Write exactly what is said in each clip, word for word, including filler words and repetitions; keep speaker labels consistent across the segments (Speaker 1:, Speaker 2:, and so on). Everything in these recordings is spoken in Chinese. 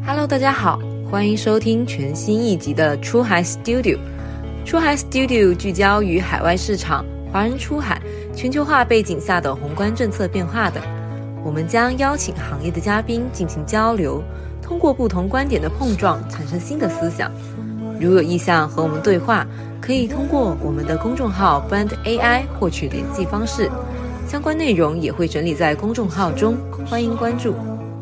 Speaker 1: Hello， 大家好，欢迎收听全新一集的出海 Studio。出海 Studio 聚焦于海外市场、华人出海、全球化背景下的宏观政策变化的。我们将邀请行业的嘉宾进行交流，通过不同观点的碰撞，产生新的思想。如有意向和我们对话，可以通过我们的公众号 Brand A I 获取联系方式，相关内容也会整理在公众号中，欢迎关注。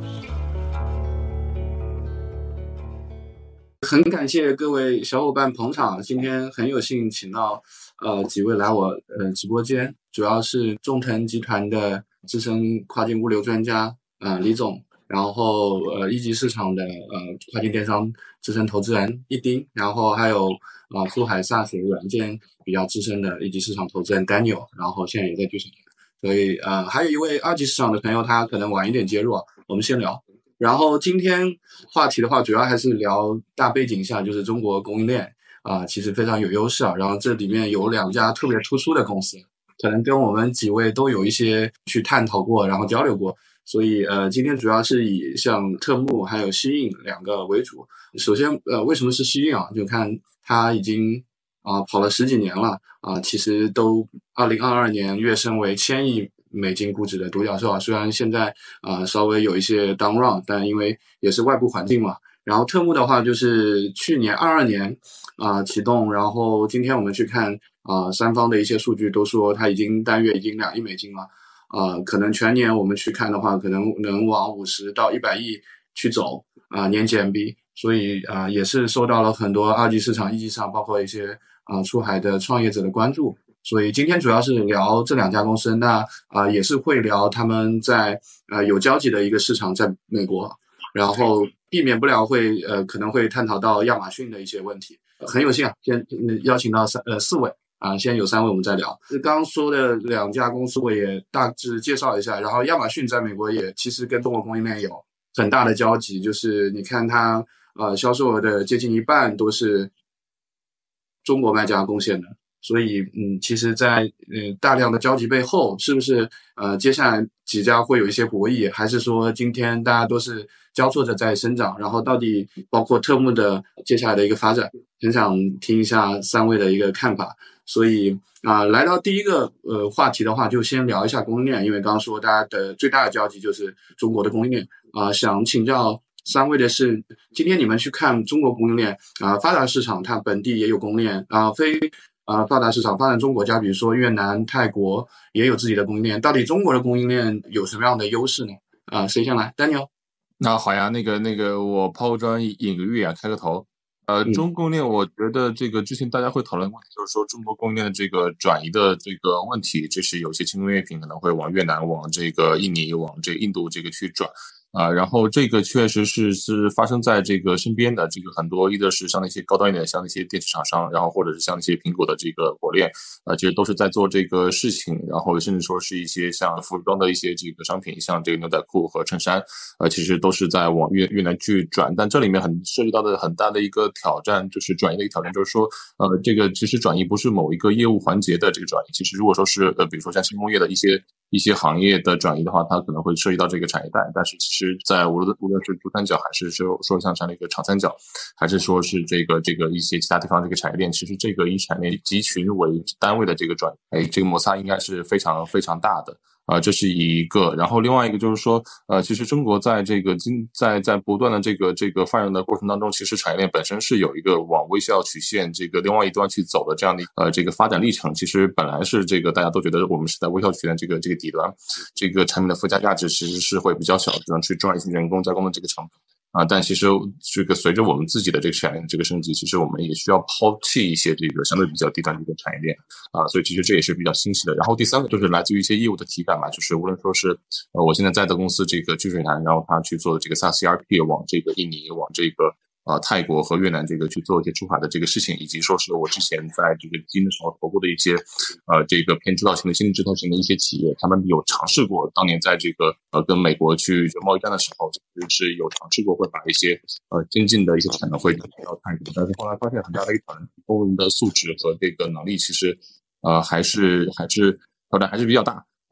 Speaker 2: 很感谢各位小伙伴捧场，今天很有幸请到呃几位来我呃直播间，主要是中腾集团的资深跨境物流专家呃李总，然后呃一级市场的呃跨境电商资深投资人一丁，然后还有呃出海 SaaS 软件比较资深的一级市场投资人 Daniel， 然后现在也在剧场，所以呃还有一位二级市场的朋友，他可能晚一点接入，我们先聊。然后今天话题的话，主要还是聊大背景下，就是中国供应链啊、呃，其实非常有优势啊。然后这里面有两家特别突出的公司，可能跟我们几位都有一些去探讨过，然后交流过。所以呃，今天主要是以像特目还有西印两个为主。首先呃，为什么是西印啊？就看它已经啊、呃、跑了十几年了啊、呃，其实都二零二二年跃升为千亿美金估值的独角兽啊，虽然现在啊、呃、稍微有一些 down run， 但因为也是外部环境嘛。然后特目的话，就是去年二二年啊、呃、启动，然后今天我们去看啊、呃、三方的一些数据都说它已经单月已经两亿美金了，啊、呃、可能全年我们去看的话，可能能往五十到一百亿去走啊、呃、年 G M V， 所以啊、呃、也是受到了很多二级市场、一级市场，包括一些啊、呃、出海的创业者的关注。所以今天主要是聊这两家公司，那啊、呃、也是会聊他们在呃有交集的一个市场在美国，然后避免不了会呃可能会探讨到亚马逊的一些问题。很有幸啊，先邀请到三呃四位啊，先有三位我们再聊。刚刚说的两家公司我也大致介绍一下，然后亚马逊在美国也其实跟中国供应链有很大的交集，就是你看它呃销售额的接近一半都是中国卖家贡献的。所以，嗯，其实在呃大量的交集背后，是不是呃接下来几家会有一些博弈，还是说今天大家都是交错着在生长？然后到底包括特目的接下来的一个发展，很想听一下三位的一个看法。所以啊、呃，来到第一个呃话题的话，就先聊一下供应链，因为刚刚说大家的最大的交集就是中国的供应链啊、呃，想请教三位的是，今天你们去看中国供应链啊、呃，发达市场它本地也有供应链啊、呃，非。呃，发达市场发展中国家，比如说越南、泰国也有自己的供应链。到底中国的供应链有什么样的优势呢？啊、呃，谁先来 ？Daniel。
Speaker 3: 那好呀，那个那个，我抛砖引个玉啊，开个头。呃，中供应链，我觉得这个之前大家会讨论问题，就是说中国供应链的这个转移的这个问题，就是有些轻工业品可能会往越南、往这个印尼、往这个印度这个去转。啊、呃，然后这个确实是是发生在这个身边的，这个很多，一个是像那些高端一点，像那些电池厂商，然后或者是像那些苹果的这个果链，呃，其实都是在做这个事情，然后甚至说是一些像服装的一些这个商品，像这个牛仔裤和衬衫，呃，其实都是在往越越南去转，但这里面很涉及到的很大的一个挑战，就是转移的一个挑战，就是说，呃，这个其实转移不是某一个业务环节的这个转移，其实如果说是呃，比如说像轻工业的一些一些行业的转移的话，它可能会涉及到这个产业带，但是其实在无论无论是珠三角，还是说说像这样的一个长三角，还是说是这个这个一些其他地方这个产业链，其实这个以产业链集群为单位的这个转移，哎，这个摩擦应该是非常非常大的。啊、呃，这是一个，然后另外一个就是说，呃，其实中国在这个经在在不断的这个这个发展的过程当中，其实产业链本身是有一个往微笑曲线这个另外一端去走的这样的呃这个发展历程。其实本来是这个大家都觉得我们是在微笑曲线的这个这个底端，这个产品的附加价值其实是会比较小，只能去赚一些人工加工的这个成本。啊，但其实这个随着我们自己的这个产业链这个升级，其实我们也需要抛弃一些这个相对比较低端的一个产业链啊，所以其实这也是比较新奇的。然后第三个就是来自于一些业务的体感吧，就是无论说是呃我现在在的公司这个聚水潭，然后他去做的这个 SaaS E R P 往这个印尼往这个呃泰国和越南这个去做一些出海的这个事情，以及说是我之前在这个基金的时候投过的一些呃这个偏主导型的新兴制造型的一些企业，他们有尝试过当年在这个呃跟美国去贸易战的时候，就是有尝试过会把一些呃精进的一些产能会带到泰国，但是后来发现很大的一个挑战，工人的素质和这个能力其实呃还是还是挑战还是比较大。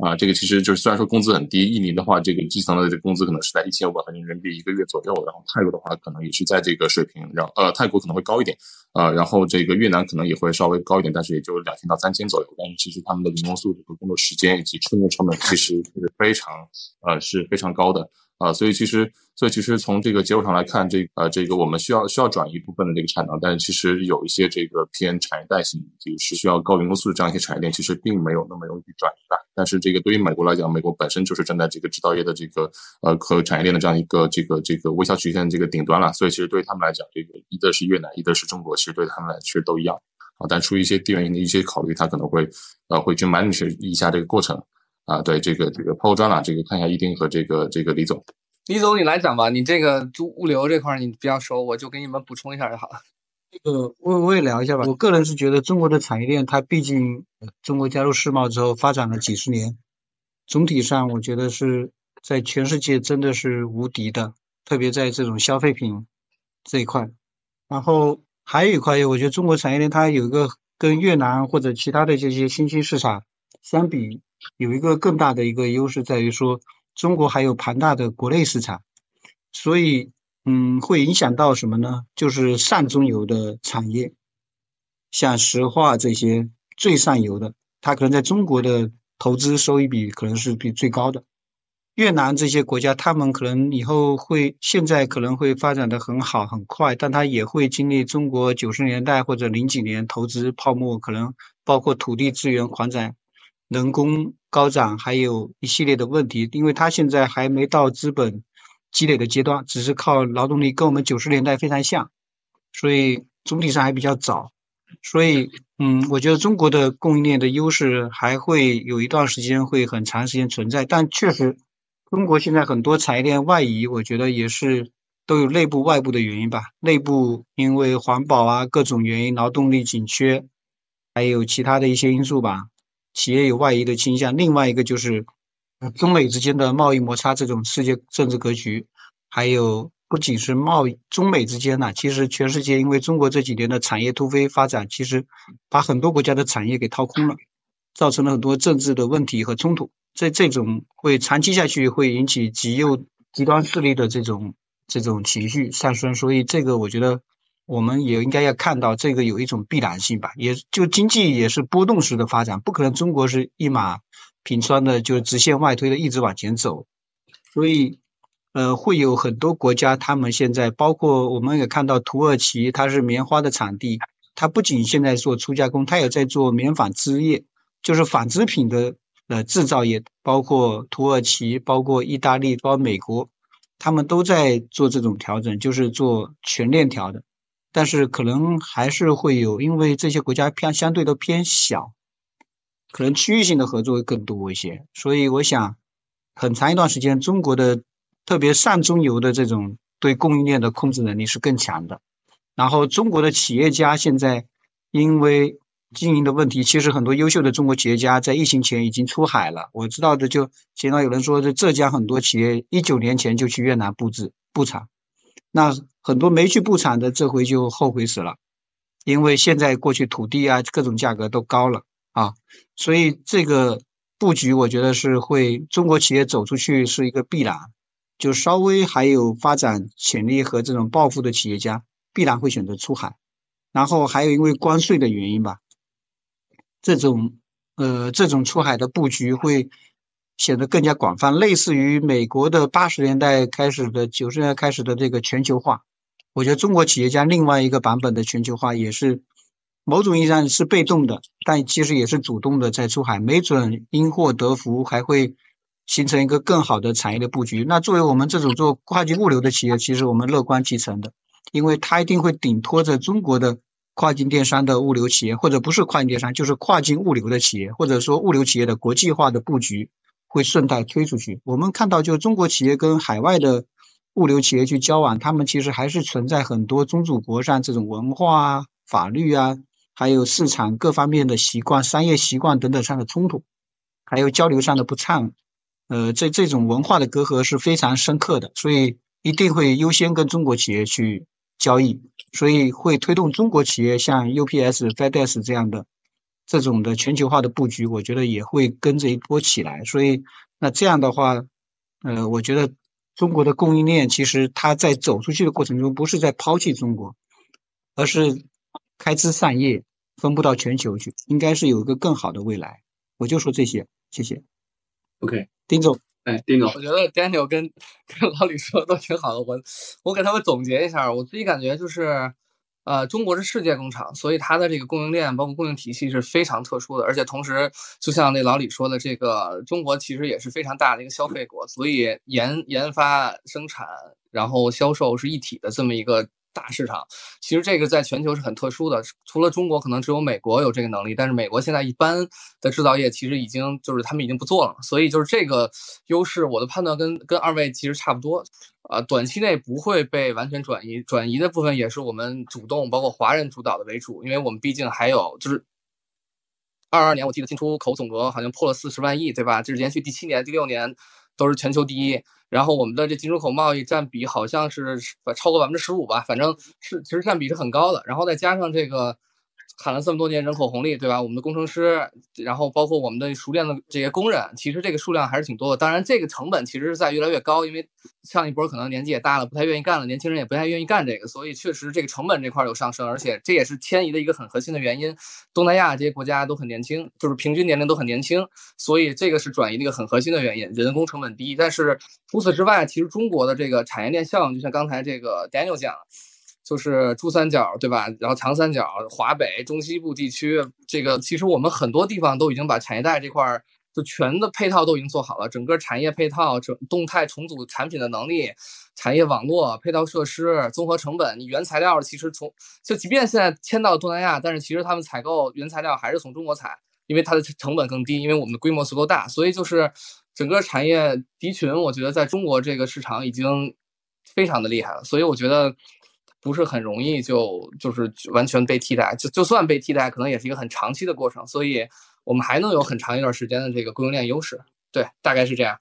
Speaker 3: 啊，这个其实就是虽然说工资很低，印尼的话，这个基层的这个工资可能是在一千五百块钱人民币一个月左右，然后泰国的话可能也是在这个水平，然后呃泰国可能会高一点，呃然后这个越南可能也会稍微高一点，但是也就两千到三千左右，但是其实他们的人工素质和工作时间以及出入成本其实是非常呃是非常高的。啊、呃，所以其实，所以其实从这个结果上来看，这呃，这个我们需要需要转移一部分的这个产能，但是其实有一些这个偏产业带型，就是需要高员工素质这样一些产业链，其实并没有那么容易去转移的。但是这个对于美国来讲，美国本身就是站在这个制造业的这个呃和产业链的这样一个这个这个微小曲线的这个顶端了，所以其实对于他们来讲，这个一个是越南，一个是中国，其实对他们来其实都一样啊。但出于一些地缘性的一些考虑，他可能会呃会去 manage 一下这个过程。啊，对这个这个抛砖了，这个看一下一丁和这个这个李总。
Speaker 4: 李总，你来讲吧，你这个物流这块你比较熟，我就给你们补充一下就好了。
Speaker 5: 这个我我也聊一下吧。我个人是觉得中国的产业链，它毕竟中国加入世贸之后发展了几十年，总体上我觉得是在全世界真的是无敌的，特别在这种消费品这一块。然后还有一块，我觉得中国产业链它有一个跟越南或者其他的这些新兴市场相比，有一个更大的一个优势在于说，中国还有庞大的国内市场，所以嗯，会影响到什么呢？就是上中游的产业，像石化这些最上游的，它可能在中国的投资收益比可能是比最高的。越南这些国家，他们可能以后会，现在可能会发展的很好很快，但它也会经历中国九十年代或者零几年投资泡沫，可能包括土地资源狂涨、人工高涨，还有一系列的问题，因为它现在还没到资本积累的阶段，只是靠劳动力，跟我们九十年代非常像，所以总体上还比较早。所以嗯，我觉得中国的供应链的优势还会有一段时间会很长时间存在，但确实中国现在很多产业链外移，我觉得也是都有内部外部的原因吧。内部因为环保啊各种原因，劳动力紧缺，还有其他的一些因素吧，企业有外移的倾向。另外一个就是中美之间的贸易摩擦，这种世界政治格局，还有不仅是贸易中美之间呢、啊，其实全世界因为中国这几年的产业突飞发展，其实把很多国家的产业给掏空了，造成了很多政治的问题和冲突。这这种会长期下去，会引起极右极端势力的这种这种情绪上升，所以这个我觉得我们也应该要看到这个有一种必然性吧。也就经济也是波动式的发展，不可能中国是一马平川的就直线外推的一直往前走，所以呃会有很多国家，他们现在包括我们也看到土耳其，它是棉花的产地，它不仅现在做粗加工，它也在做棉纺织业，就是纺织品的呃制造业，包括土耳其，包括意大利，包括美国，他们都在做这种调整，就是做全链条的。但是可能还是会有，因为这些国家偏相对都偏小，可能区域性的合作会更多一些。所以我想很长一段时间，中国的特别上中游的这种对供应链的控制能力是更强的。然后中国的企业家现在因为经营的问题，其实很多优秀的中国企业家在疫情前已经出海了。我知道的就前段有人说，这浙江很多企业一九年前就去越南布置布厂，那很多没去布厂的这回就后悔死了，因为现在过去土地啊各种价格都高了啊，所以这个布局我觉得是会中国企业走出去是一个必然，就稍微还有发展潜力和这种抱负的企业家必然会选择出海。然后还有因为关税的原因吧，这种呃这种出海的布局会显得更加广泛，类似于美国的八十年代开始的九十年代开始的这个全球化。我觉得中国企业家另外一个版本的全球化也是某种意义上是被动的，但其实也是主动的在出海，没准因祸得福，还会形成一个更好的产业的布局。那作为我们这种做跨境物流的企业，其实我们乐观其成的，因为它一定会顶托着中国的跨境电商的物流企业，或者不是跨境电商，就是跨境物流的企业，或者说物流企业的国际化的布局会顺带推出去。我们看到就中国企业跟海外的物流企业去交往，他们其实还是存在很多宗主国上这种文化啊、法律啊，还有市场各方面的习惯、商业习惯等等上的冲突，还有交流上的不畅，呃，这这种文化的隔阂是非常深刻的，所以一定会优先跟中国企业去交易，所以会推动中国企业像 U P S、FedEx 这样的这种的全球化的布局，我觉得也会跟着一波起来。所以那这样的话，呃，我觉得中国的供应链其实它在走出去的过程中，不是在抛弃中国，而是开枝散叶，分布到全球去，应该是有一个更好的未来。我就说这些，谢谢。
Speaker 2: OK，
Speaker 5: 丁总。
Speaker 2: 哎，丁总，
Speaker 4: 我觉得 Daniel 跟跟老李说的都挺好的。我我给他们总结一下，我自己感觉就是，呃，中国是世界工厂，所以它的这个供应链包括供应体系是非常特殊的，而且同时就像那老李说的，这个中国其实也是非常大的一个消费国，所以研研发、生产然后销售是一体的这么一个大市场。其实这个在全球是很特殊的，除了中国可能只有美国有这个能力，但是美国现在一般的制造业其实已经就是他们已经不做了，所以就是这个优势我的判断跟跟二位其实差不多。呃，短期内不会被完全转移，转移的部分也是我们主动包括华人主导的为主，因为我们毕竟还有就是二二年我记得进出口总额好像破了四十万亿，对吧？这是连续第七年第六年都是全球第一，然后我们的这进出口贸易占比好像是超过百分之十五吧，反正是其实占比是很高的。然后再加上这个喊了这么多年人口红利，对吧？我们的工程师，然后包括我们的熟练的这些工人，其实这个数量还是挺多的。当然，这个成本其实是在越来越高，因为上一波可能年纪也大了，不太愿意干了，年轻人也不太愿意干这个，所以确实这个成本这块有上升，而且这也是迁移的一个很核心的原因。东南亚这些国家都很年轻，就是平均年龄都很年轻，所以这个是转移的一个很核心的原因，人工成本低。但是除此之外，其实中国的这个产业链效应，就像刚才这个 Daniel 讲，就是珠三角，对吧？然后长三角、华北、中西部地区，这个其实我们很多地方都已经把产业带这块就全的配套都已经做好了，整个产业配套、整动态重组产品的能力、产业网络、配套设施、综合成本，你原材料其实从就即便现在迁到东南亚，但是其实他们采购原材料还是从中国采，因为它的成本更低，因为我们的规模足够大，所以就是整个产业集群，我觉得在中国这个市场已经非常的厉害了，所以我觉得不是很容易就就是完全被替代，就就算被替代，可能也是一个很长期的过程，所以我们还能有很长一段时间的这个供应链优势。对，大概是这样。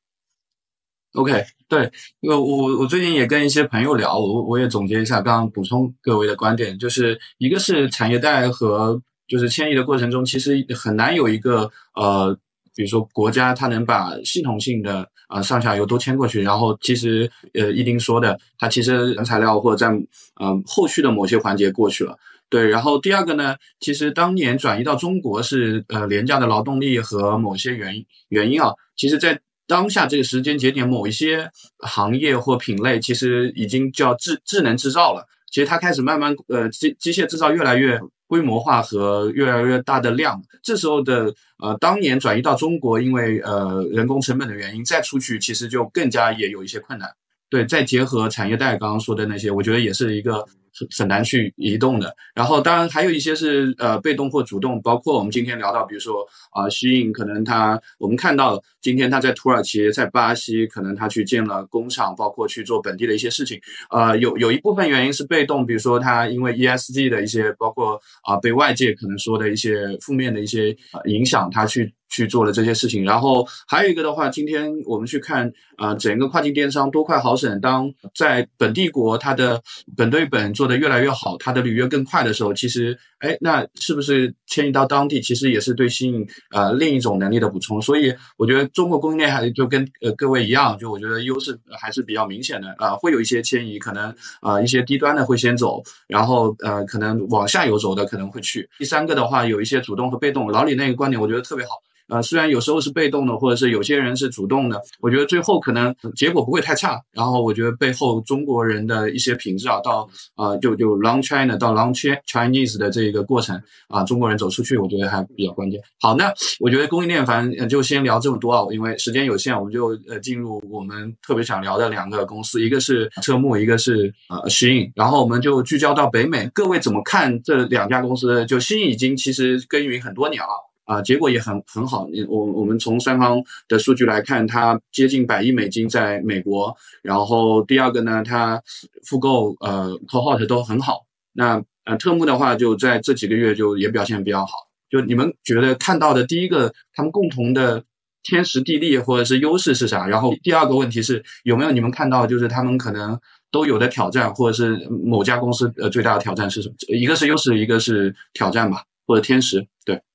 Speaker 2: OK， 对，因为我我最近也跟一些朋友聊，我我也总结一下，刚刚补充各位的观点，就是一个是产业带和就是迁移的过程中，其实很难有一个呃。比如说国家它能把系统性的啊、呃、上下游都迁过去，然后其实呃一丁说的，它其实原材料或者在呃后续的某些环节过去了。对，然后第二个呢，其实当年转移到中国是呃廉价的劳动力和某些原因原因啊，其实在当下这个时间节点，某一些行业或品类其实已经叫智智能制造了，其实它开始慢慢呃机机械制造越来越规模化和越来越大的量，这时候的呃当年转移到中国，因为呃人工成本的原因，再出去其实就更加也有一些困难。对，再结合产业带刚刚说的那些，我觉得也是一个很难去移动的。然后当然还有一些是呃被动或主动，包括我们今天聊到，比如说啊，Shein可能它我们看到今天它在土耳其、在巴西，可能它去建了工厂，包括去做本地的一些事情。呃，有有一部分原因是被动，比如说它因为 E S G 的一些，包括啊、呃、被外界可能说的一些负面的一些、呃、影响，它去。去做了这些事情，然后还有一个的话，今天我们去看呃整个跨境电商多快好省，当在本地国它的本对本做得越来越好，它的履约更快的时候，其实哎，那是不是迁移到当地，其实也是对吸引呃另一种能力的补充？所以我觉得中国供应链还就跟呃各位一样，就我觉得优势还是比较明显的啊、呃，会有一些迁移，可能啊、呃、一些低端的会先走，然后呃可能往下游走的可能会去。第三个的话，有一些主动和被动，老李那个观点我觉得特别好。呃，虽然有时候是被动的，或者是有些人是主动的，我觉得最后可能结果不会太差。然后我觉得背后中国人的一些品质啊，到呃就就 Long China 到 Long Chinese 的这个过程啊、呃，中国人走出去，我觉得还比较关键。好，那我觉得供应链反正就先聊这么多啊，因为时间有限，我们就呃进入我们特别想聊的两个公司，一个是车木，一个是呃 Shein， 然后我们就聚焦到北美，各位怎么看这两家公司？就 Shein已经其实耕耘很多年了。啊、呃，结果也很很好。我我们从三方的数据来看，它接近百亿美金在美国。然后第二个呢，它复购呃 cohort 都很好。那呃特木的话，就在这几个月就也表现比较好。就你们觉得看到的第一个，他们共同的天时地利或者是优势是啥？然后第二个问题是有没有你们看到就是他们可能都有的挑战，或者是某家公司呃最大的挑战是什么？一个是优势，一个是挑战吧，或者天时，对。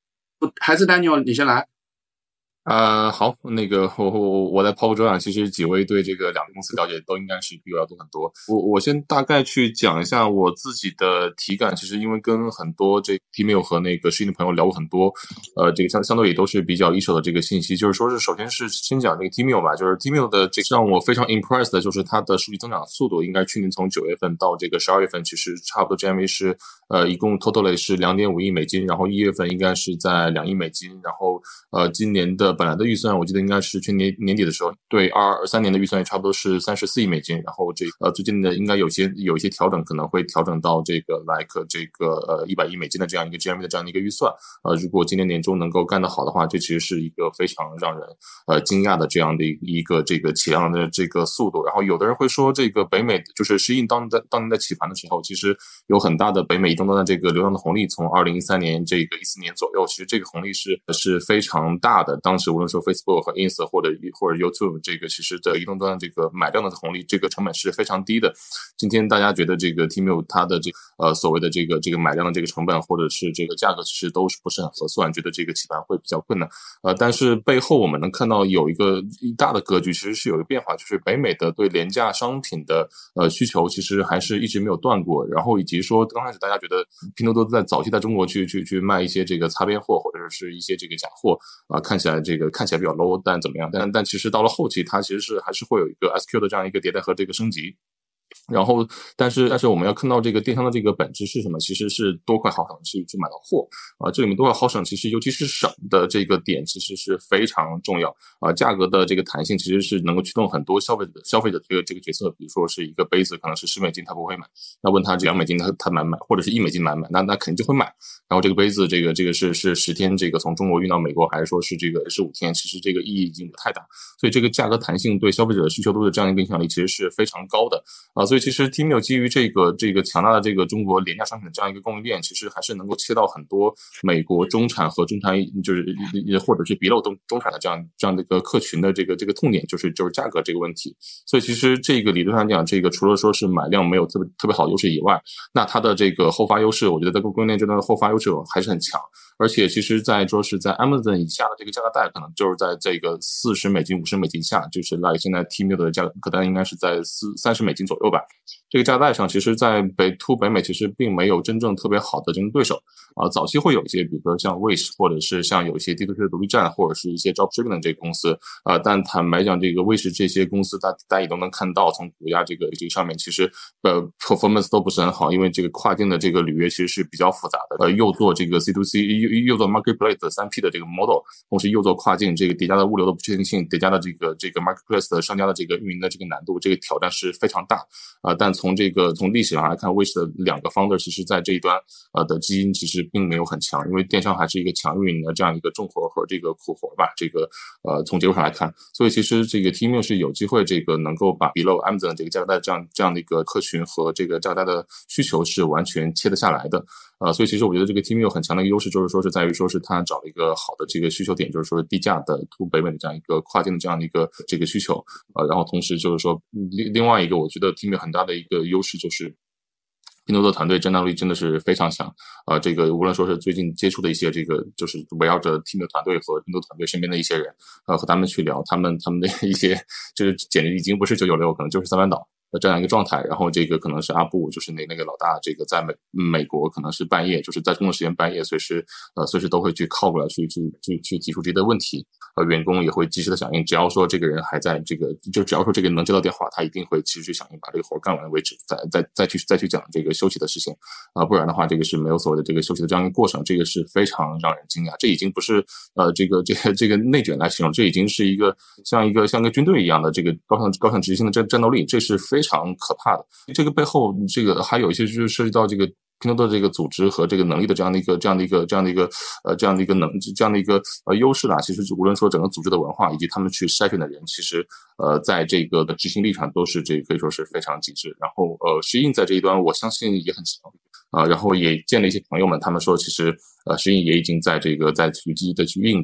Speaker 2: 还是 Daniel 你先来。
Speaker 3: 呃，好，那个我我我在抛个砖啊，其实几位对这个两个公司了解都应该是比我要多很多。我我先大概去讲一下我自己的体感，其实因为跟很多这 Tmall 和那个视频的朋友聊过很多，呃，这个相相对也都是比较一手的这个信息，就是说是首先是先讲这个 Tmall 吧，就是 Tmall 的这让我非常 impressed 的就是它的数据增长速度，应该去年从九月份到这个十二月份，其实差不多 G M V 是呃一共 total 是两点五亿美金，然后一月份应该是在两亿美金，然后呃今年的本来的预算，我记得应该是去年年底的时候，对二二三年的预算也差不多是三十四亿美金。然后这呃最近的应该有些有一些调整，可能会调整到这个 like 这个呃一百亿美金的这样一个 G M V 的这样的一个预算。呃，如果今年年中能够干得好的话，这其实是一个非常让人呃惊讶的这样的一个这个起量的这个速度。然后有的人会说，这个北美就是适应当在当年在起盘的时候，其实有很大的北美移动端的这个流量的红利，从二零一三年这个一四年左右，其实这个红利是是非常大的。当时无论说 Facebook 和 Ins 或者或者 YouTube 这个其实的移动端这个买量的红利，这个成本是非常低的。今天大家觉得这个 Tmall 它的这呃所谓的这个这个买量的这个成本或者是这个价格，其实都是不是很合算，觉得这个起盘会比较困难。呃，但是背后我们能看到有一个一大的格局，其实是有一个变化，就是北美的对廉价商品的呃需求其实还是一直没有断过。然后以及说刚开始大家觉得拼多多在早期在中国去去去卖一些这个擦边货或者是一些这个假货啊、呃，看起来这个看起来比较 low， 但怎么样？但但其实到了后期，它其实是还是会有一个 S Q 的这样一个迭代和这个升级。然后，但是但是我们要看到这个电商的这个本质是什么？其实是多快好省去去买到货啊、呃！这里面多快好省，其实尤其是省的这个点，其实是非常重要啊、呃！价格的这个弹性其实是能够驱动很多消费者消费者这个这个决策。比如说是一个杯子可能是十美金他不会买，那问他两美金他他买买，或者是一美金买买，那那肯定就会买。然后这个杯子这个这个是是十天这个从中国运到美国，还是说是这个十五天？其实这个意义已经不太大，所以这个价格弹性对消费者的需求度的这样一个影响力其实是非常高的啊、呃！所以其实 Tmall 基于这个这个强大的这个中国廉价商品的这样一个供应链，其实还是能够切到很多美国中产和中产，就是或者是 below 中中产的这样这样的一个客群的这个这个痛点，就是就是价格这个问题。所以其实这个理论上讲，这个除了说是买量没有特别特别好的优势以外，那它的这个后发优势，我觉得在供应链这段的后发优势还是很强。而且其实在说是在 Amazon 以下的这个价格带，可能就是在这个四十美金、五十美金下，就是 like 现在 Tmall 的价格带应该是在四三十美金左右吧。这个价格带上，其实在北 to 北美其实并没有真正特别好的竞争对手啊、呃。早期会有一些，比如说像 Wish， 或者是像有一些 D to C 的独立站，或者是一些 dropshipping 的这个公司啊、呃。但坦白讲，这个 Wish 这些公司，大大家也都能看到，从股价这个这个上面，其实呃 performance 都不是很好，因为这个跨境的这个履约其实是比较复杂的。呃，又做这个 C to C， 又又做 marketplace 的 三 P 的这个 model， 同时又做跨境，这个叠加的物流的不确定性，叠加的这个这个 marketplace 的商家的这个运营的这个难度，这个挑战是非常大啊、呃。但从这个从历史上来看 ，Wish 的两个 founder 其实在这一端呃的基因其实并没有很强，因为电商还是一个强运营的这样一个重活和这个苦活吧。这个呃从结果上来看，所以其实这个 Tmall 是有机会这个能够把 below Amazon 的这个价格带这样这样的一个客群和这个价格带的需求是完全切得下来的。呃，所以其实我觉得这个 Tmall 很强的一个优势就是说是在于说是它找了一个好的这个需求点，就是说低价的 to 北美的这样一个跨境的这样的一个这个需求。呃，然后同时就是说另另外一个我觉得 Tmall 很大的一个优势就是拼多多团队战斗力真的是非常强啊、呃！这个无论说是最近接触的一些这个，就是围绕着 Tmall 团队和拼多多团队身边的一些人，呃，和他们去聊，他们他们的一些就是简直已经不是九九六，可能就是三班倒的这样一个状态。然后这个可能是阿布，就是那那个老大，这个在美美国可能是半夜，就是在工作时间半夜，随时呃随时都会去靠过来去去去去提出这些的问题，呃，员工也会及时的响应，只要说这个人还在这个，就只要说这个人能接到电话，他一定会及时去响应，把这个活干完为止，再再再去再去讲这个休息的事情啊、呃，不然的话，这个是没有所谓的这个休息的这样一个过程，这个是非常让人惊讶。这已经不是呃这个这个这个内卷来形容，这已经是一个像一个像一个军队一样的这个高效高效执行的战战斗力，这是非常可怕的。这个背后这个还有一些就是涉及到这个拼多多这个组织和这个能力的这样的一个这样的一个这样的一个呃这样的一个能这样的一个呃优势啦。其实无论说整个组织的文化以及他们去筛选的人，其实呃在这个的执行力上都是这个可以说是非常极致。然后呃石印在这一端我相信也很强啊、呃，然后也见了一些朋友们，他们说其实呃石印也已经在这个在去积极的去应对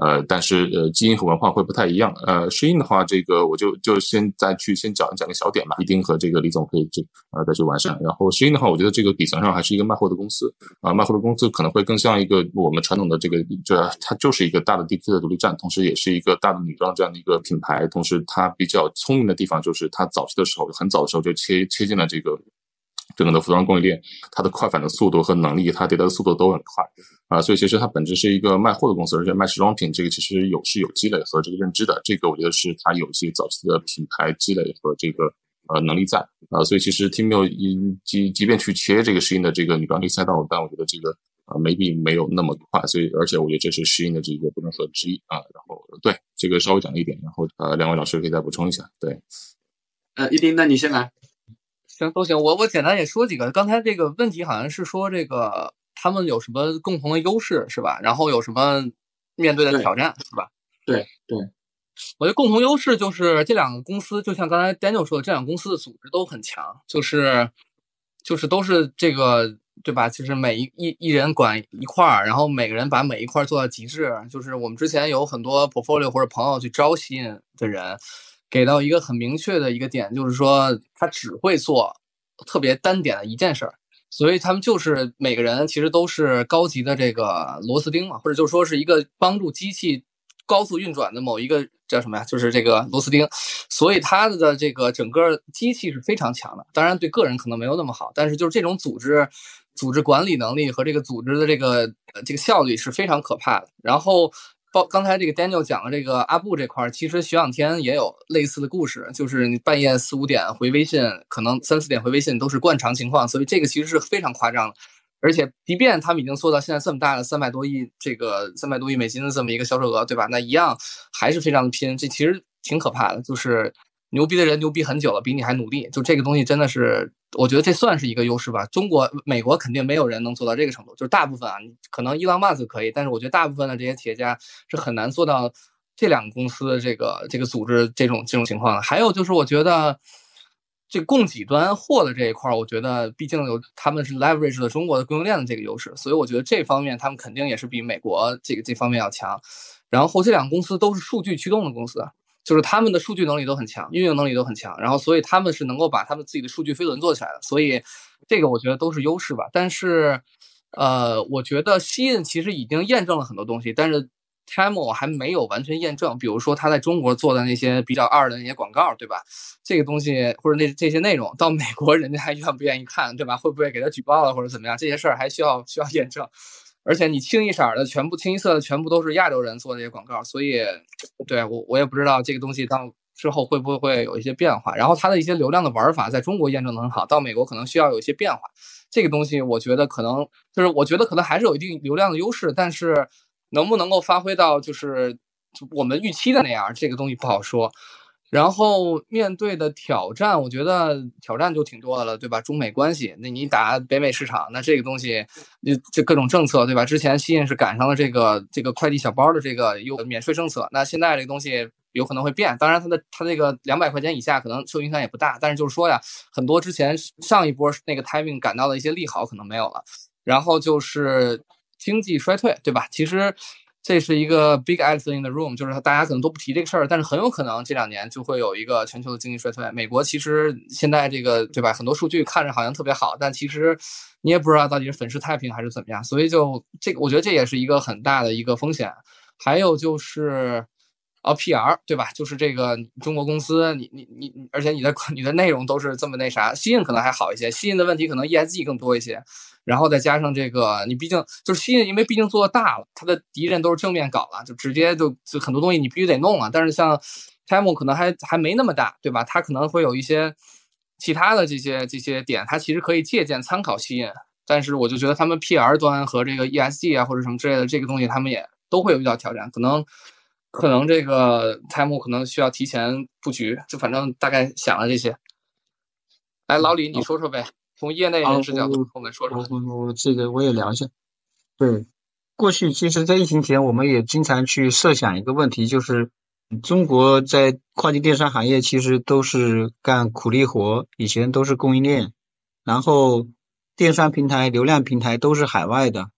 Speaker 3: 呃，但是呃，基因和文化会不太一样。呃，适应的话，这个我就就先再去先讲讲个小点吧，一定和这个李总可以就呃再去完善。然后适应的话，我觉得这个底层上还是一个卖货的公司啊、呃，卖货的公司可能会更像一个我们传统的这个，这它就是一个大的 D Q 的独立站，同时也是一个大的女装这样的一个品牌。同时，它比较聪明的地方就是它早期的时候，很早的时候就切切进了这个。整个的服装供应链，它的快反的速度和能力，它迭代的速度都很快啊、呃，所以其实它本质是一个卖货的公司，而且卖时装品这个其实有是有积累和这个认知的，这个我觉得是它有一些早期的品牌积累和这个呃能力在啊、呃，所以其实 Tmall 即即便去切这个适应的这个女装这个赛道，但我觉得这个呃 maybe 没有那么快，所以而且我觉得这是适应的这个不能和之一啊、呃。然后对这个稍微讲了一点，然后呃两位老师可以再补充一下，对。
Speaker 2: 呃，一丁，那你先来。
Speaker 4: 行，都行，我我简单也说几个。刚才这个问题好像是说这个他们有什么共同的优势是吧？然后有什么面对的挑战是吧？
Speaker 2: 对对，
Speaker 4: 我觉得共同优势就是这两个公司，就像刚才 Daniel 说的，这两个公司的组织都很强，就是就是都是这个对吧？就是每一一一人管一块儿，然后每个人把每一块做到极致。就是我们之前有很多 portfolio 或者朋友去招吸引的人。给到一个很明确的一个点，就是说他只会做特别单点的一件事儿，所以他们就是每个人其实都是高级的这个螺丝钉嘛，或者就说是一个帮助机器高速运转的某一个叫什么呀？就是这个螺丝钉，所以它的这个整个机器是非常强的。当然对个人可能没有那么好，但是就是这种组织组织管理能力和这个组织的这个这个效率是非常可怕的。然后。包刚才这个 Daniel 讲的这个阿布这块，其实徐仰天也有类似的故事，就是你半夜四五点回微信，可能三四点回微信都是惯常情况，所以这个其实是非常夸张的。而且即便他们已经做到现在这么大的三百多亿这个三百多亿美金的这么一个销售额，对吧？那一样还是非常的拼，这其实挺可怕的，就是牛逼的人牛逼很久了，比你还努力，就这个东西真的是。我觉得这算是一个优势吧。中国、美国肯定没有人能做到这个程度，就是大部分啊，可能伊朗马斯可以，但是我觉得大部分的这些企业家是很难做到这两个公司的这个这个组织这种这种情况的。还有就是，我觉得这个供给端货的这一块，我觉得毕竟有他们是 leverage 了中国的供应链的这个优势，所以我觉得这方面他们肯定也是比美国这个这方面要强。然后这两个公司都是数据驱动的公司。就是他们的数据能力都很强，运营能力都很强，然后所以他们是能够把他们自己的数据飞轮做起来的，所以这个我觉得都是优势吧。但是，呃，我觉得西印其实已经验证了很多东西，但是 Tmall 还没有完全验证。比如说他在中国做的那些比较二的那些广告，对吧？这个东西或者那这些内容到美国人家还愿不愿意看，对吧？会不会给他举报了或者怎么样？这些事儿还需要需要验证。而且你清一色的全部清一色的全部都是亚洲人做这些广告，所以对我我也不知道这个东西到之后会不会有一些变化。然后它的一些流量的玩法在中国验证的很好，到美国可能需要有一些变化。这个东西我觉得可能就是我觉得可能还是有一定流量的优势，但是能不能够发挥到就是我们预期的那样，这个东西不好说。然后面对的挑战，我觉得挑战就挺多的了，对吧？中美关系，那你打北美市场，那这个东西，这各种政策，对吧？之前西印是赶上了这个这个快递小包的这个有免税政策，那现在这个东西有可能会变。当然，它的它这个两百块钱以下可能受影响也不大，但是就是说呀，很多之前上一波那个 timing 感到的一些利好可能没有了。然后就是经济衰退，对吧？其实。这是一个 big elephant in the room， 就是大家可能都不提这个事儿，但是很有可能这两年就会有一个全球的经济衰退。美国其实现在这个对吧，很多数据看着好像特别好，但其实你也不知道到底是粉饰太平还是怎么样，所以就这个我觉得这也是一个很大的一个风险。还有就是哦 P R 对吧，就是这个中国公司你你你而且你的你的内容都是这么那啥，西印可能还好一些，西印的问题可能 E S G 更多一些。然后再加上这个，你毕竟就是西印，因为毕竟做的大了，他的敌人都是正面搞了，就直接就就很多东西你必须得弄了。但是像 Tmall 可能还还没那么大，对吧？他可能会有一些其他的这些这些点，他其实可以借鉴参考西印。但是我就觉得他们 P R 端和这个 E S G 啊或者什么之类的这个东西，他们也都会有遇到挑战，可能可能这个 Tmall 可能需要提前布局，就反正大概想了这些。来，老李你说说呗。从业内人士角度，我们说说。
Speaker 5: 我我我这个我也聊一下。对，过去其实，在疫情前，我们也经常去设想一个问题，就是中国在跨境电商行业其实都是干苦力活，以前都是供应链，然后电商平台、流量平台都是海外的，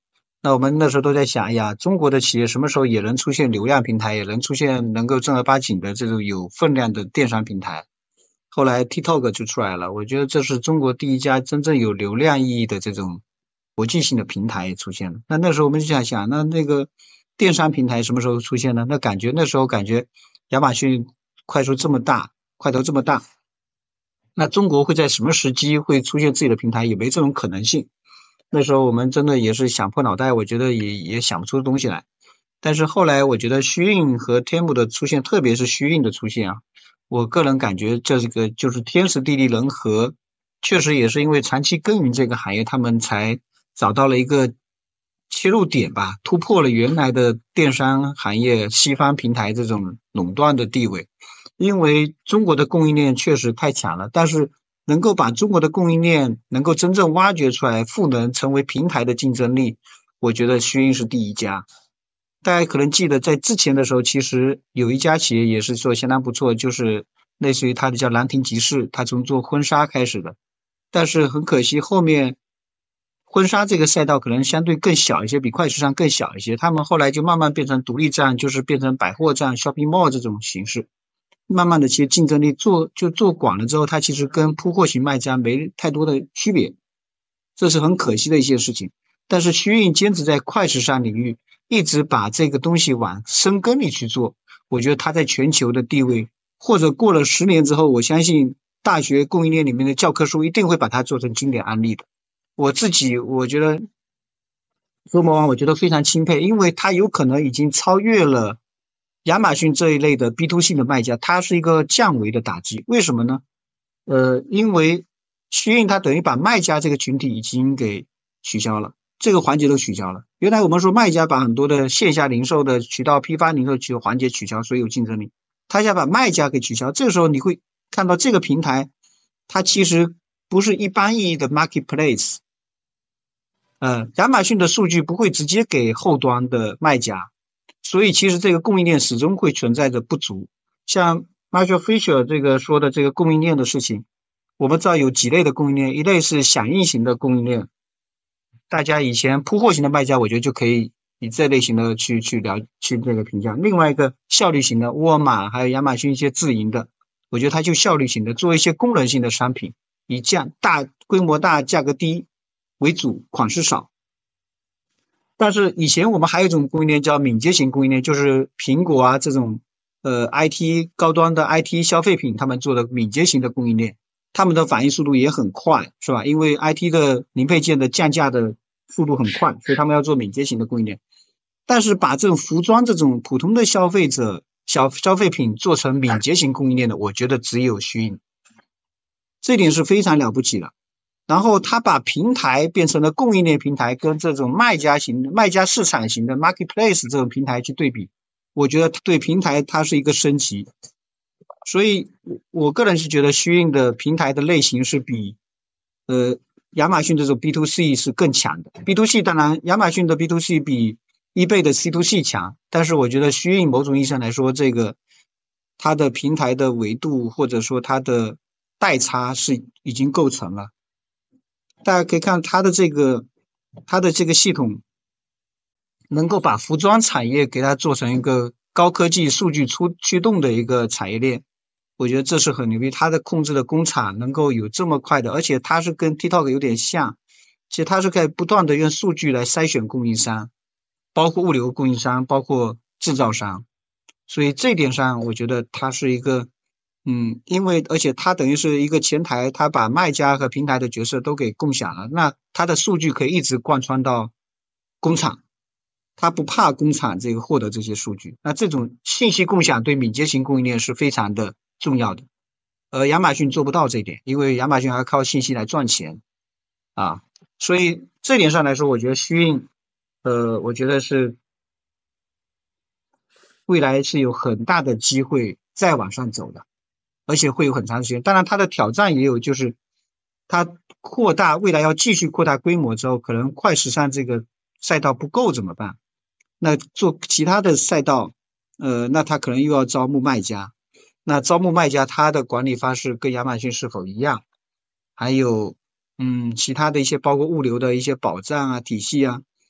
Speaker 5: 那我们那时候都在想，哎呀，中国的企业什么时候也能出现流量平台，也能出现能够正儿八经的这种有分量的电商平台。后来 TikTok 就出来了，我觉得这是中国第一家真正有流量意义的这种国际性的平台出现了。那那时候我们就想想，那那个电商平台什么时候出现呢？那感觉那时候感觉亚马逊快手这么大，块头这么大，那中国会在什么时机会出现自己的平台，也没这种可能性。那时候我们真的也是想破脑袋，我觉得也也想不出东西来。但是后来我觉得虚印和天幕的出现，特别是虚印的出现啊，我个人感觉这个就是天时地利人和，确实也是因为长期耕耘这个行业，他们才找到了一个切入点吧，突破了原来的电商行业西方平台这种垄断的地位。因为中国的供应链确实太强了，但是能够把中国的供应链能够真正挖掘出来，赋能成为平台的竞争力，我觉得虚印是第一家。大家可能记得在之前的时候，其实有一家企业也是做相当不错，就是类似于它的叫兰亭集市，它从做婚纱开始的，但是很可惜后面婚纱这个赛道可能相对更小一些，比快时尚更小一些，他们后来就慢慢变成独立站，就是变成百货站 shopping mall 这种形式。慢慢的其实竞争力做就做广了之后，它其实跟铺货型卖家没太多的区别，这是很可惜的一些事情。但是虚印坚持在快时尚领域一直把这个东西往深耕里去做，我觉得它在全球的地位，或者过了十年之后，我相信大学供应链里面的教科书一定会把它做成经典案例的。我自己我觉得说魔王我觉得非常钦佩，因为它有可能已经超越了亚马逊这一类的 B to C 的卖家，它是一个降维的打击。为什么呢？呃，因为虚印它等于把卖家这个群体已经给取消了，这个环节都取消了。原来我们说卖家把很多的线下零售的渠道、批发零售渠道环节取消，所以有竞争力。他想把卖家给取消，这个时候你会看到这个平台，它其实不是一般意义的 marketplace。呃，亚马逊的数据不会直接给后端的卖家。所以其实这个供应链始终会存在着不足。像 Marshall Fisher 这个说的这个供应链的事情，我们知道有几类的供应链，一类是响应型的供应链，大家以前铺货型的卖家我觉得就可以以这类型的去去聊去这个评价。另外一个效率型的，沃尔玛还有亚马逊一些自营的，我觉得它就效率型的，做一些功能性的商品，以价大规模大价格低为主，款式少。但是以前我们还有一种供应链叫敏捷型供应链，就是苹果啊这种呃 I T 高端的 I T 消费品，他们做的敏捷型的供应链，他们的反应速度也很快，是吧？因为 I T 的零配件的降价的速度很快，所以他们要做敏捷型的供应链。但是把这种服装这种普通的消费者小消费品做成敏捷型供应链的，我觉得只有虚印，这点是非常了不起的。然后他把平台变成了供应链平台，跟这种卖家型的卖家市场型的 marketplace 这种平台去对比，我觉得对平台它是一个升级。所以我个人是觉得虚印的平台的类型是比呃亚马逊这种 B to C 是更强的。 B to C 当然亚马逊的 B to C 比 eBay 的 C to C 强，但是我觉得虚印某种意义上来说，这个它的平台的维度或者说它的代差是已经构成了。大家可以看它的这个它的这个系统能够把服装产业给它做成一个高科技数据出驱动的一个产业链，我觉得这是很牛逼。它的控制的工厂能够有这么快的，而且它是跟 TikTok 有点像，其实它是可以不断的用数据来筛选供应商，包括物流供应商，包括制造商。所以这一点上我觉得它是一个嗯，因为而且它等于是一个前台，它把卖家和平台的角色都给共享了，那它的数据可以一直贯穿到工厂，它不怕工厂这个获得这些数据。那这种信息共享对敏捷型供应链是非常的重要的，而亚马逊做不到这一点，因为亚马逊还要靠信息来赚钱啊。所以这点上来说，我觉得虚印呃，我觉得是未来是有很大的机会再往上走的，而且会有很长时间。当然它的挑战也有，就是它扩大未来要继续扩大规模之后，可能快时尚这个赛道不够怎么办？那做其他的赛道呃，那它可能又要招募卖家，那招募卖家它的管理方式跟亚马逊是否一样？还有嗯，其他的一些包括物流的一些保障啊体系啊，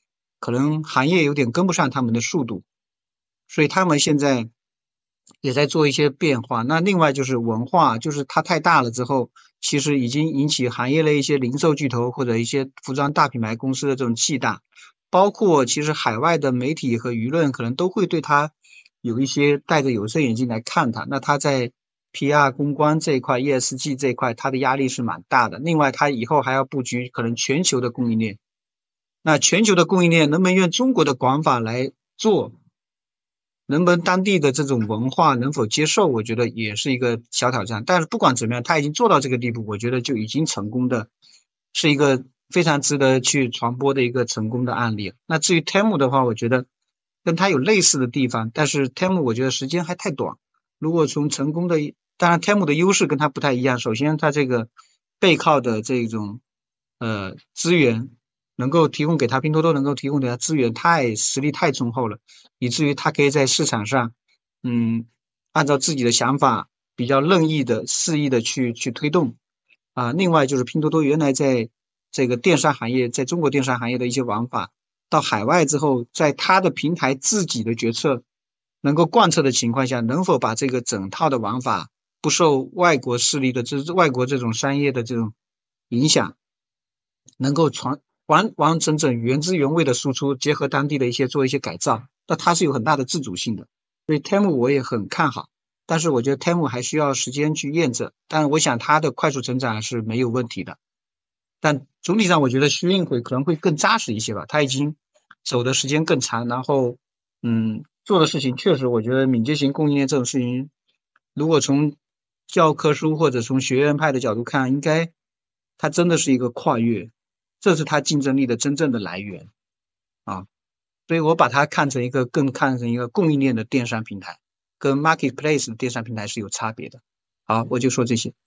Speaker 5: 可能行业有点跟不上他们的速度，所以他们现在也在做一些变化。那另外就是文化，就是它太大了之后，其实已经引起行业的一些零售巨头或者一些服装大品牌公司的这种忌惮，包括其实海外的媒体和舆论可能都会对它有一些戴着有色眼镜来看它。那它在 P R 公关这一块 E S G 这一块它的压力是蛮大的。另外它以后还要布局可能全球的供应链，那全球的供应链能不能用中国的管法来做，能不能当地的这种文化能否接受，我觉得也是一个小挑战。但是不管怎么样，他已经做到这个地步，我觉得就已经成功的，是一个非常值得去传播的一个成功的案例。那至于 Temu 的话，我觉得跟他有类似的地方，但是 Temu 我觉得时间还太短。如果从成功的，当然 Temu 的优势跟他不太一样，首先他这个背靠的这种呃资源能够提供给他，拼多多能够提供给他资源太实力太雄厚了，以至于他可以在市场上嗯按照自己的想法比较任意的肆意的去去推动啊。另外就是拼多多原来在这个电商行业，在中国电商行业的一些玩法，到海外之后，在他的平台自己的决策能够贯彻的情况下，能否把这个整套的玩法不受外国势力的这外国这种商业的这种影响，能够传完完整整原汁原味的输出，结合当地的一些做一些改造，那它是有很大的自主性的。所以 Temu 我也很看好，但是我觉得 Temu 还需要时间去验证，但我想它的快速成长是没有问题的。但总体上我觉得虚印会可能会更扎实一些吧，它已经走的时间更长，然后嗯做的事情确实我觉得敏捷型供应链这种事情，如果从教科书或者从学院派的角度看，应该它真的是一个跨越，这是它竞争力的真正的来源啊。所以我把它看成一个更看成一个供应链的电商平台，跟 marketplace 的电商平台是有差别的。好，我就说这些。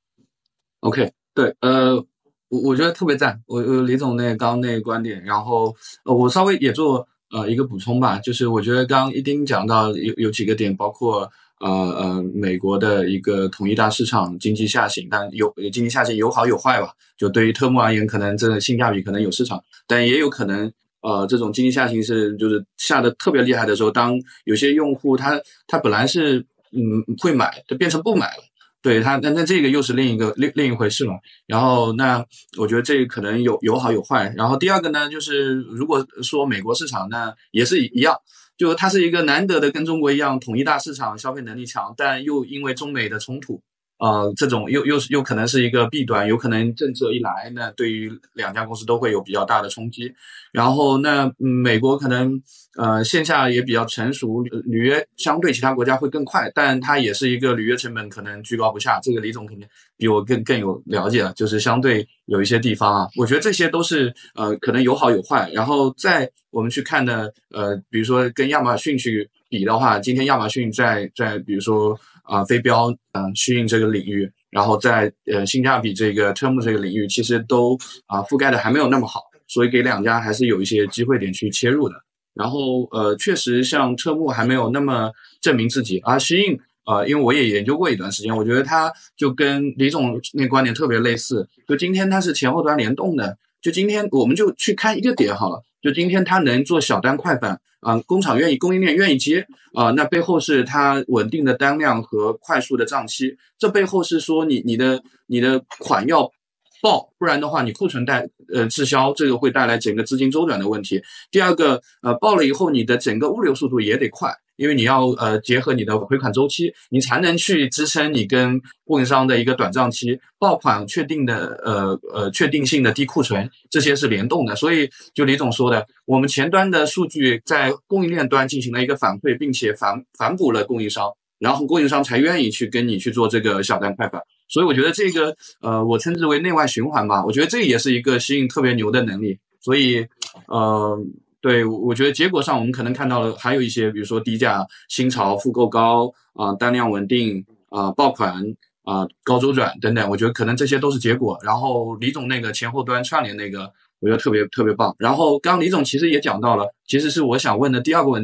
Speaker 2: OK， 对，呃，我我觉得特别赞，我我李总那个刚刚那个观点，然后呃我稍微也做呃一个补充吧，就是我觉得刚刚一丁讲到有有几个点，包括呃呃美国的一个统一大市场经济下行，但有经济下行有好有坏吧，就对于特木而言，可能这个性价比可能有市场，但也有可能呃这种经济下行是就是下的特别厉害的时候，当有些用户他他本来是嗯会买，就变成不买了。对他，那那这个又是另一个另另一回事了。然后，那我觉得这个可能有有好有坏。然后第二个呢，就是如果说美国市场，那也是一样，就它是一个难得的跟中国一样统一大市场，消费能力强，但又因为中美的冲突，呃，这种又又又可能是一个弊端，有可能政策一来，那对于两家公司都会有比较大的冲击。然后那、嗯、美国可能呃线下也比较成熟，履约相对其他国家会更快，但它也是一个履约成本可能居高不下。这个李总肯定比我更更有了解了，就是相对有一些地方啊，我觉得这些都是呃可能有好有坏。然后再我们去看的呃，比如说跟亚马逊去比的话，今天亚马逊在在比如说啊、呃、非标嗯、呃、虚印这个领域，然后在呃性价比这个 Temu 这个领域，其实都啊、呃、覆盖的还没有那么好。所以给两家还是有一些机会点去切入的。然后呃，确实像特木还没有那么证明自己，而虚印呃，因为我也研究过一段时间，我觉得它就跟李总那观点特别类似。就今天它是前后端联动的，就今天我们就去看一个点好了。就今天它能做小单快返啊、呃，工厂愿意，供应链愿意接啊、呃，那背后是它稳定的单量和快速的账期，这背后是说你你的你的款要爆，不然的话你库存带呃滞销，这个会带来整个资金周转的问题。第二个呃爆了以后，你的整个物流速度也得快，因为你要呃结合你的回款周期，你才能去支撑你跟供应商的一个短账期，爆款确定的呃呃确定性的低库存，这些是联动的。所以就李总说的，我们前端的数据在供应链端进行了一个反馈，并且反反哺了供应商，然后供应商才愿意去跟你去做这个小单快返。所以我觉得这个呃我称之为内外循环吧，我觉得这也是一个吸引特别牛的能力。所以呃对，我觉得结果上我们可能看到了还有一些，比如说低价新潮复购高啊、呃、单量稳定啊、呃、爆款啊、呃、高周转等等，我觉得可能这些都是结果。然后李总那个前后端串联那个我觉得特别特别棒。然后刚刚李总其实也讲到了，其实是我想问的第二个问题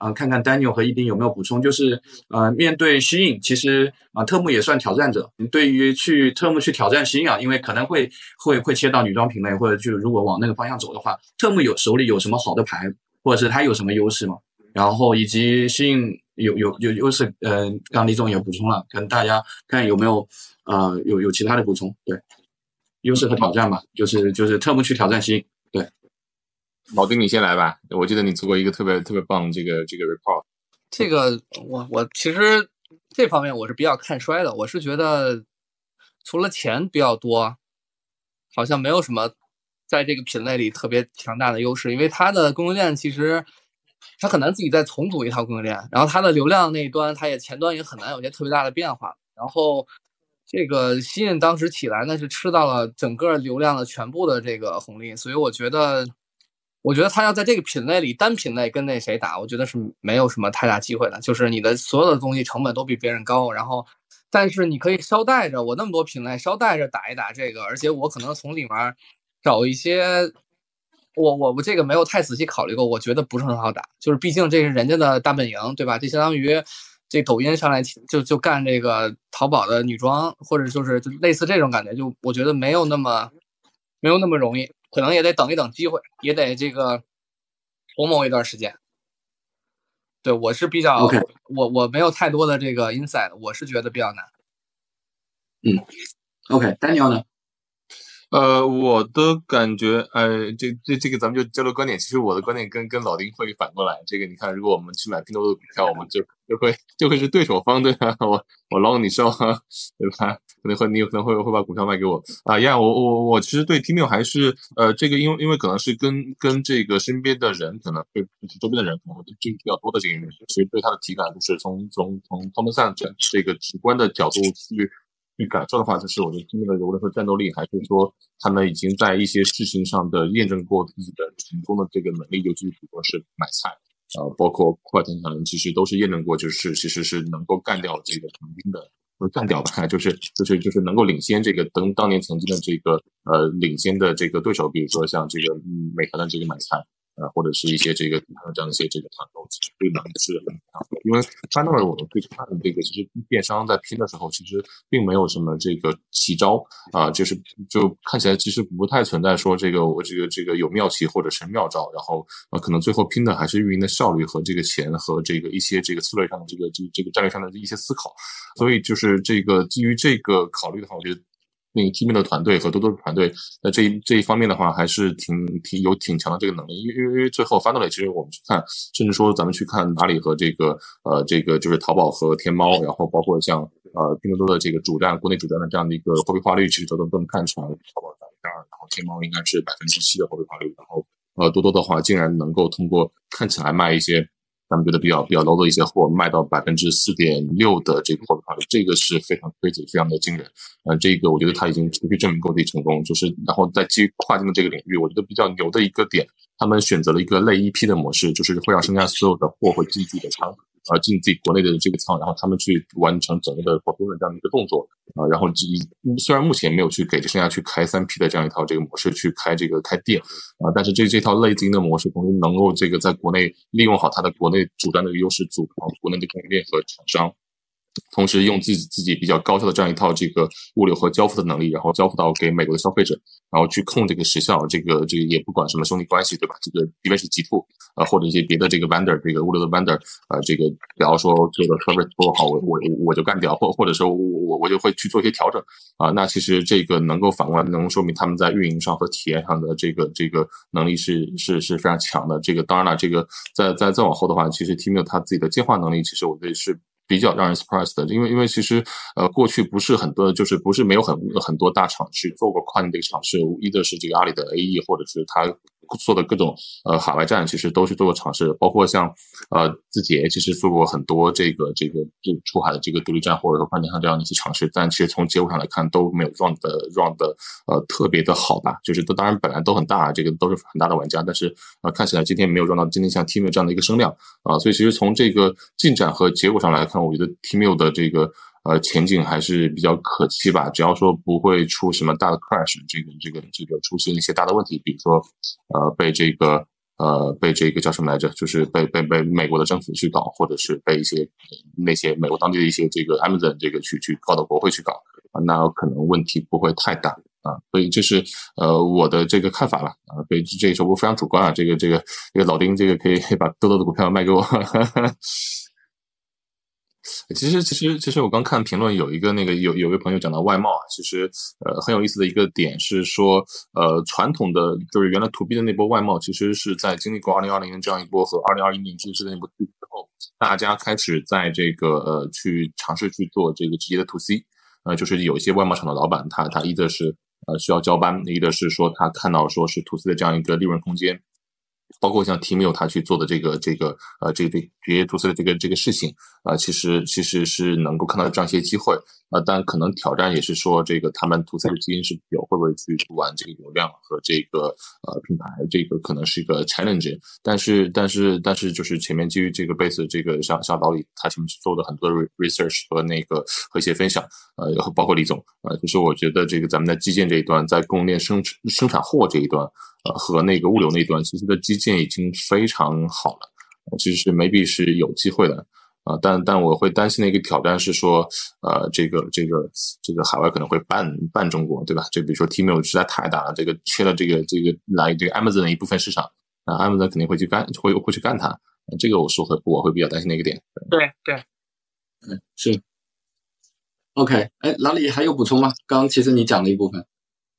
Speaker 2: 呃，看看 Daniel 和一丁有没有补充，就是呃，面对西印，其实啊、呃，特木也算挑战者。对于去特木去挑战西印啊，因为可能会会会切到女装品类，或者就如果往那个方向走的话，特木有手里有什么好的牌，或者是他有什么优势吗？然后以及西印有有有优势，呃，刚李总也补充了，跟大家看有没有呃有有其他的补充，对。优势和挑战吧，就是就是特木去挑战西，对。
Speaker 3: 老丁，你先来吧。我记得你做过一个特别特别棒这个这个 report。
Speaker 4: 这个我我其实这方面我是比较看衰的，我是觉得除了钱比较多，好像没有什么在这个品类里特别强大的优势，因为它的供应链其实它很难自己再重组一套供应链，然后它的流量那一端，它也前端也很难有些特别大的变化，然后。这个西印当时起来呢是吃到了整个流量的全部的这个红利，所以我觉得，我觉得他要在这个品类里单品类跟那谁打，我觉得是没有什么太大机会的。就是你的所有的东西成本都比别人高，然后，但是你可以捎带着我那么多品类捎带着打一打这个，而且我可能从里面找一些，我我我这个没有太仔细考虑过，我觉得不是很好打，就是毕竟这是人家的大本营，对吧？这相当于。这抖音上来就就干这个淘宝的女装，或者就是就类似这种感觉，就我觉得没有那么没有那么容易，可能也得等一等机会，也得这个琢磨一段时间。对，我是比较
Speaker 2: okay.
Speaker 4: 我我没有太多的这个 insight， 我是觉得比较难。
Speaker 2: 嗯 ，OK，Daniel 呢？
Speaker 3: 呃，我的感觉，呃，这这这个咱们就交流观点。其实我的观点跟跟老丁会反过来。这个你看，如果我们去买拼多多的股票，我们就就会就会是对手方，对吧？我我 long 你 short， 对吧？可能会你有可能会会把股票卖给我啊呀。我我我其实对 Tmall 还是呃这个，因为因为可能是跟跟这个身边的人，可能对周边的人可能会这个比较多的这个原因，其实对他的体感就是从从从 common sense 这个直观的角度去。去感受的话，就是我觉得今天的无论说战斗力，还是说他们已经在一些事情上的验证过自己的成功的这个能力，尤其是比如说是买菜，呃，包括快腾上人，其实都是验证过，就是其实是能够干掉这个曾经的，不是干掉吧，就是就是就是能够领先这个当当年曾经的这个呃领先的这个对手，比如说像这个嗯美团的这个买菜。呃，或者是一些这个这样的一些这个团购，其实这个能力是很强的。因为 China 我们对看这个，其实电商在拼的时候，其实并没有什么这个奇招啊、呃，就是就看起来其实不太存在说这个我这个这个有妙棋或者是妙招，然后呃可能最后拼的还是运营的效率和这个钱和这个一些这个策略上的这个这这个战略上的一些思考。所以就是这个基于这个考虑的话，我觉得。那个 Tmall 的团队和多多的团队，在这一这一方面的话，还是挺挺有挺强的这个能力。因为因为最后 finally 其实我们去看，甚至说咱们去看阿里和这个呃这个就是淘宝和天猫，然后包括像呃拼多多的这个主站国内主站的这样的一个货币化率，其实都都能看出来，淘宝百分之二，然后天猫应该是百分之七的货币化率，然后呃多多的话竟然能够通过看起来卖一些。咱们觉得比较比较 low 的一些货卖到百分之四点六的这个货币化率，这个是非常 crazy， 非常的惊人。呃，这个我觉得他已经持续证明过自己成功，就是然后在基于跨境的这个领域，我觉得比较牛的一个点，他们选择了一个类 E P 的模式，就是会让商家所有的货会进自己的仓，呃，进自己国内的这个仓，然后他们去完成整个的 fulfillment 这样的一个动作。啊、呃，然后虽然目前没有去给商家去开 三 P 的这样一套这个模式去开这个开店啊、呃，但是这这套类经的模式，同时能够这个在国内利用好它的国内主站的优势，组好国内的供应链和厂商。同时用自己自己比较高效的这样一套这个物流和交付的能力，然后交付到给美国的消费者，然后去控这个时效，这个这个也不管什么兄弟关系，对吧？这个即便是极兔呃或者一些别的这个 vendor 这个物流的 vendor 呃这个只要说这个 service 不好，我我我就干掉，或或者说我我我就会去做一些调整啊、呃。那其实这个能够反过来能说明他们在运营上和体验上的这个这个能力是是是非常强的。这个当然了，这个在在再往后的话，其实 Tmall 它自己的进化能力，其实我觉得是。比较让人 surprise 的，因为因为其实呃过去不是很多，就是不是没有很很多大厂去做过跨境这个尝试，一个是这个阿里的 A E， 或者是他做的各种呃海外站，其实都是做过尝试，包括像呃字节其实做过很多这个这个这个出海的这个独立站或者说跨境上这样的一些尝试，但其实从结果上来看都没有 run 的 run 的呃特别的好吧，就是都当然本来都很大，这个都是很大的玩家，但是呃看起来今天没有 run 到今天像 Tmall 这样的一个声量啊、呃，所以其实从这个进展和结果上来看，我觉得 Tmall 的这个呃前景还是比较可期吧，只要说不会出什么大的 crash， 这个这个这个出现一些大的问题，比如说呃被这个呃被这个叫什么来着，就是被被被美国的政府去搞，或者是被一些那些美国当地的一些这个 Amazon 这个去去告到国会去搞，啊，那可能问题不会太大啊。所以这是呃我的这个看法了啊。所以这时候我非常主观啊，这个这个这个老丁这个可以把豆豆的股票卖给我。其实，其实，其实我刚看评论，有一个那个有有位朋友讲到外贸啊，其实呃很有意思的一个点是说，呃传统的就是原来 to B 的那波外贸，其实是在经历过二零二零年这样一波和二零二一年这次的那波之后，大家开始在这个呃去尝试去做这个直接的 to C， 呃就是有一些外贸厂的老板，他他一的是呃需要交班，一的是说他看到说是 to C 的这样一个利润空间。包括像 Tmall 他去做的这个这个呃这个直接 to C 的这个这个事情啊、呃，其实其实是能够看到这样一些机会啊、呃，但可能挑战也是说这个他们 to C 的基因是有会不会去玩这个流量和这个呃品牌，这个可能是一个 challenge， 但是但是但是就是前面基于这个 base 这个像像老李他前面做的很多 research 和那个和一些分享，呃包括李总呃，就是我觉得这个咱们在基建这一端，在供应链生生产货这一端。呃，和那个物流那一端，其实的基建已经非常好了，其实是 maybe 是有机会的啊、呃，但但我会担心的一个挑战是说，呃，这个这个这个海外可能会办办中国，对吧？就比如说 Tmall 实在太大了，这个切了这个这个来这个 Amazon 的一部分市场，啊、呃、，Amazon 肯定会去干，会会去干它，呃、这个我是会我会比较担心的一个点。
Speaker 4: 对对，
Speaker 2: 嗯，是。OK， 哎，老李还有补充吗？刚刚其实你讲了一部分。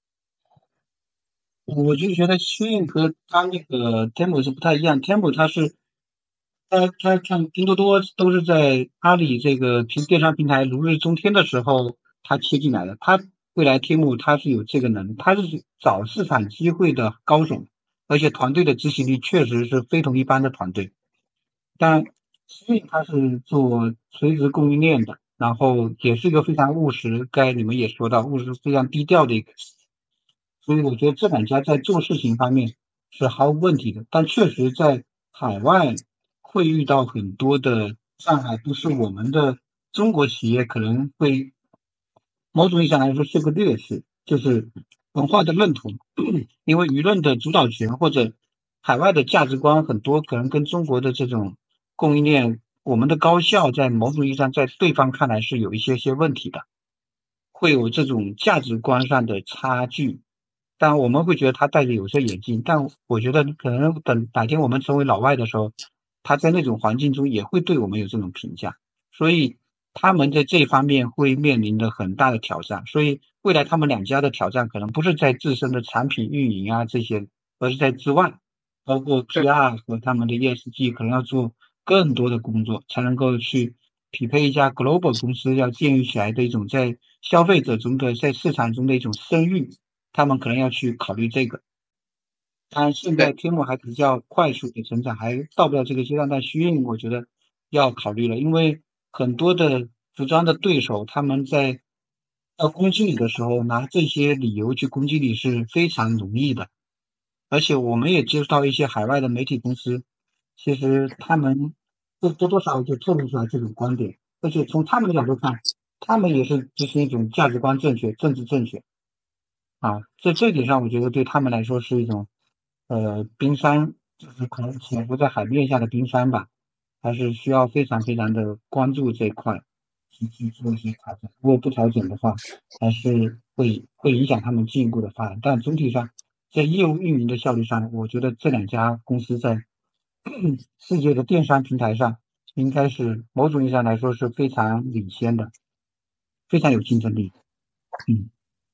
Speaker 5: 我就觉得虚印和它那个 Temu 是不太一样 ，Temu 它是，它它像拼多多都是在阿里这个平电商平台如日中天的时候，它切进来的。它未来 Temu 它是有这个能力，它是找市场机会的高手，而且团队的执行力确实是非同一般的团队。但虚印它是做垂直供应链的，然后也是一个非常务实，该你们也说到务实非常低调的一个。所以我觉得这两家在做事情方面是毫无问题的，但确实在海外会遇到很多的障碍，不是我们的中国企业可能会某种意义上来说是个劣势，就是文化的认同，因为舆论的主导权或者海外的价值观很多可能跟中国的这种供应链，我们的高效在某种意义上在对方看来是有一些些问题的，会有这种价值观上的差距。但我们会觉得他戴着有色眼镜，但我觉得可能等哪天我们成为老外的时候，他在那种环境中也会对我们有这种评价，所以他们在这方面会面临着很大的挑战。所以未来他们两家的挑战可能不是在自身的产品运营啊这些，而是在之外，包括 P R 和他们的 E S G 可能要做更多的工作，才能够去匹配一家 global 公司要建立起来的一种在消费者中的在市场中的一种声誉。他们可能要去考虑这个，当然现在天幕还比较快速的成长，还到不了这个阶段，但虚印我觉得要考虑了，因为很多的服装的对手他们在要攻击你的时候，拿这些理由去攻击你是非常容易的，而且我们也接触到一些海外的媒体公司，其实他们多多多少少就透露出来这种观点，而且从他们的角度看，他们也是执行一种价值观正确、政治正确。啊，在这一点上，我觉得对他们来说是一种，呃，冰山，就是可能潜伏在海面下的冰山吧，还是需要非常非常的关注这一块，去去做一些调整。如果不调整的话，还是会会影响他们进一步的发展。但总体上，在业务运营的效率上，我觉得这两家公司在世界的电商平台上，应该是某种意义上来说是非常领先的，非常有竞争力。嗯。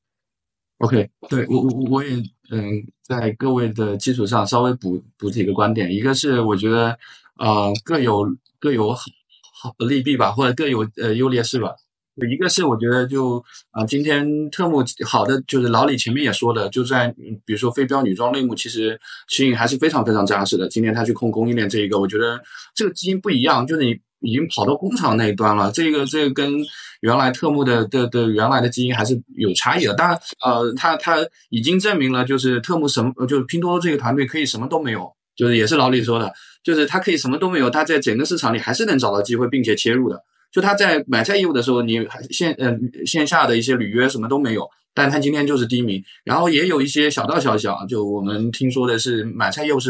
Speaker 2: OK， 对我我我也嗯，在各位的基础上稍微补补几个观点，一个是我觉得呃各有各有好好利弊吧，或者各有呃优劣势吧。一个是我觉得就啊、呃，今天特目好的就是老李前面也说的，就在比如说非标女装类目，其实虚印还是非常非常扎实的。今天他去控供应链这一个，我觉得这个基因不一样，就是你已经跑到工厂那一端了，这个这个跟原来特目的的的原来的基因还是有差异的。当然，呃，他他已经证明了，就是特目什么，就是拼多多这个团队可以什么都没有，就是也是老李说的，就是他可以什么都没有，他在整个市场里还是能找到机会，并且切入的。就他在买菜业务的时候，你线呃线下的一些履约什么都没有，但他今天就是第一名。然后也有一些小道消息啊，就我们听说的是买菜业务是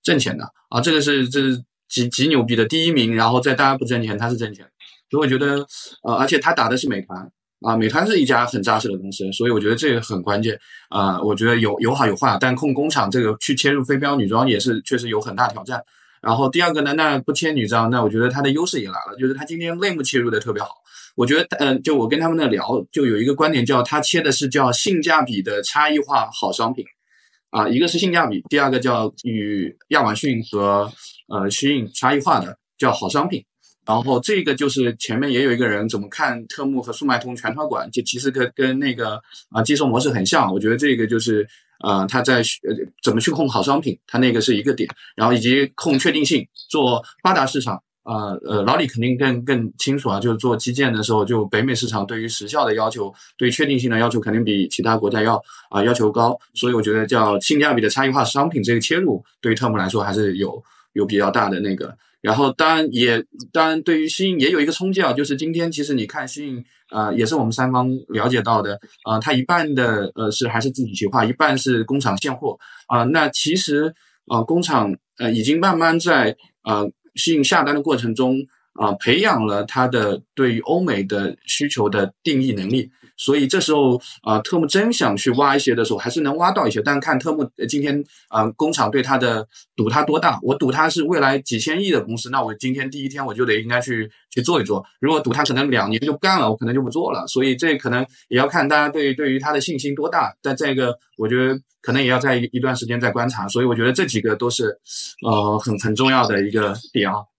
Speaker 2: 挣钱的啊，这个是这是极极牛逼的第一名，然后在大家不挣钱，他是挣钱，所以我觉得呃，而且他打的是美团啊，美团是一家很扎实的公司，所以我觉得这个很关键啊，我觉得有有好有坏，但控工厂这个去切入非标女装也是确实有很大挑战。然后第二个呢，那不切女装，那我觉得它的优势也来了，就是它今天类目切入的特别好。我觉得，嗯、呃，就我跟他们的聊，就有一个观点叫，它切的是叫性价比的差异化好商品，啊，一个是性价比，第二个叫与亚马逊和呃虚印差异化的叫好商品。然后这个就是前面也有一个人怎么看特目和速卖通全团管，就其实跟跟那个啊寄售模式很像，我觉得这个就是。呃，他在呃怎么去控好商品，他那个是一个点，然后以及控确定性，做发达市场，呃呃，老李肯定更更清楚啊，就是做基建的时候，就北美市场对于时效的要求，对确定性的要求肯定比其他国家要啊、呃、要求高，所以我觉得叫性价比的差异化商品这个切入，对于特目来说还是有有比较大的那个。然后当然也当然对于虚印也有一个冲击啊，就是今天其实你看虚印呃也是我们三方了解到的啊、呃，它一半的呃是还是自主企划，一半是工厂现货啊、呃。那其实呃工厂呃已经慢慢在呃虚印下单的过程中啊、呃、培养了它的对于欧美的需求的定义能力。所以这时候啊、呃，特目真想去挖一些的时候，还是能挖到一些。但看特目今天啊、呃，工厂对它的赌它多大？我赌它是未来几千亿的公司，那我今天第一天我就得应该去去做一做。如果赌它可能两年就不干了，我可能就不做了。所以这可能也要看大家对对于它的信心多大。但这个我觉得可能也要在一段时间再观察。所以我觉得这几个都是呃很很重要的一个点啊。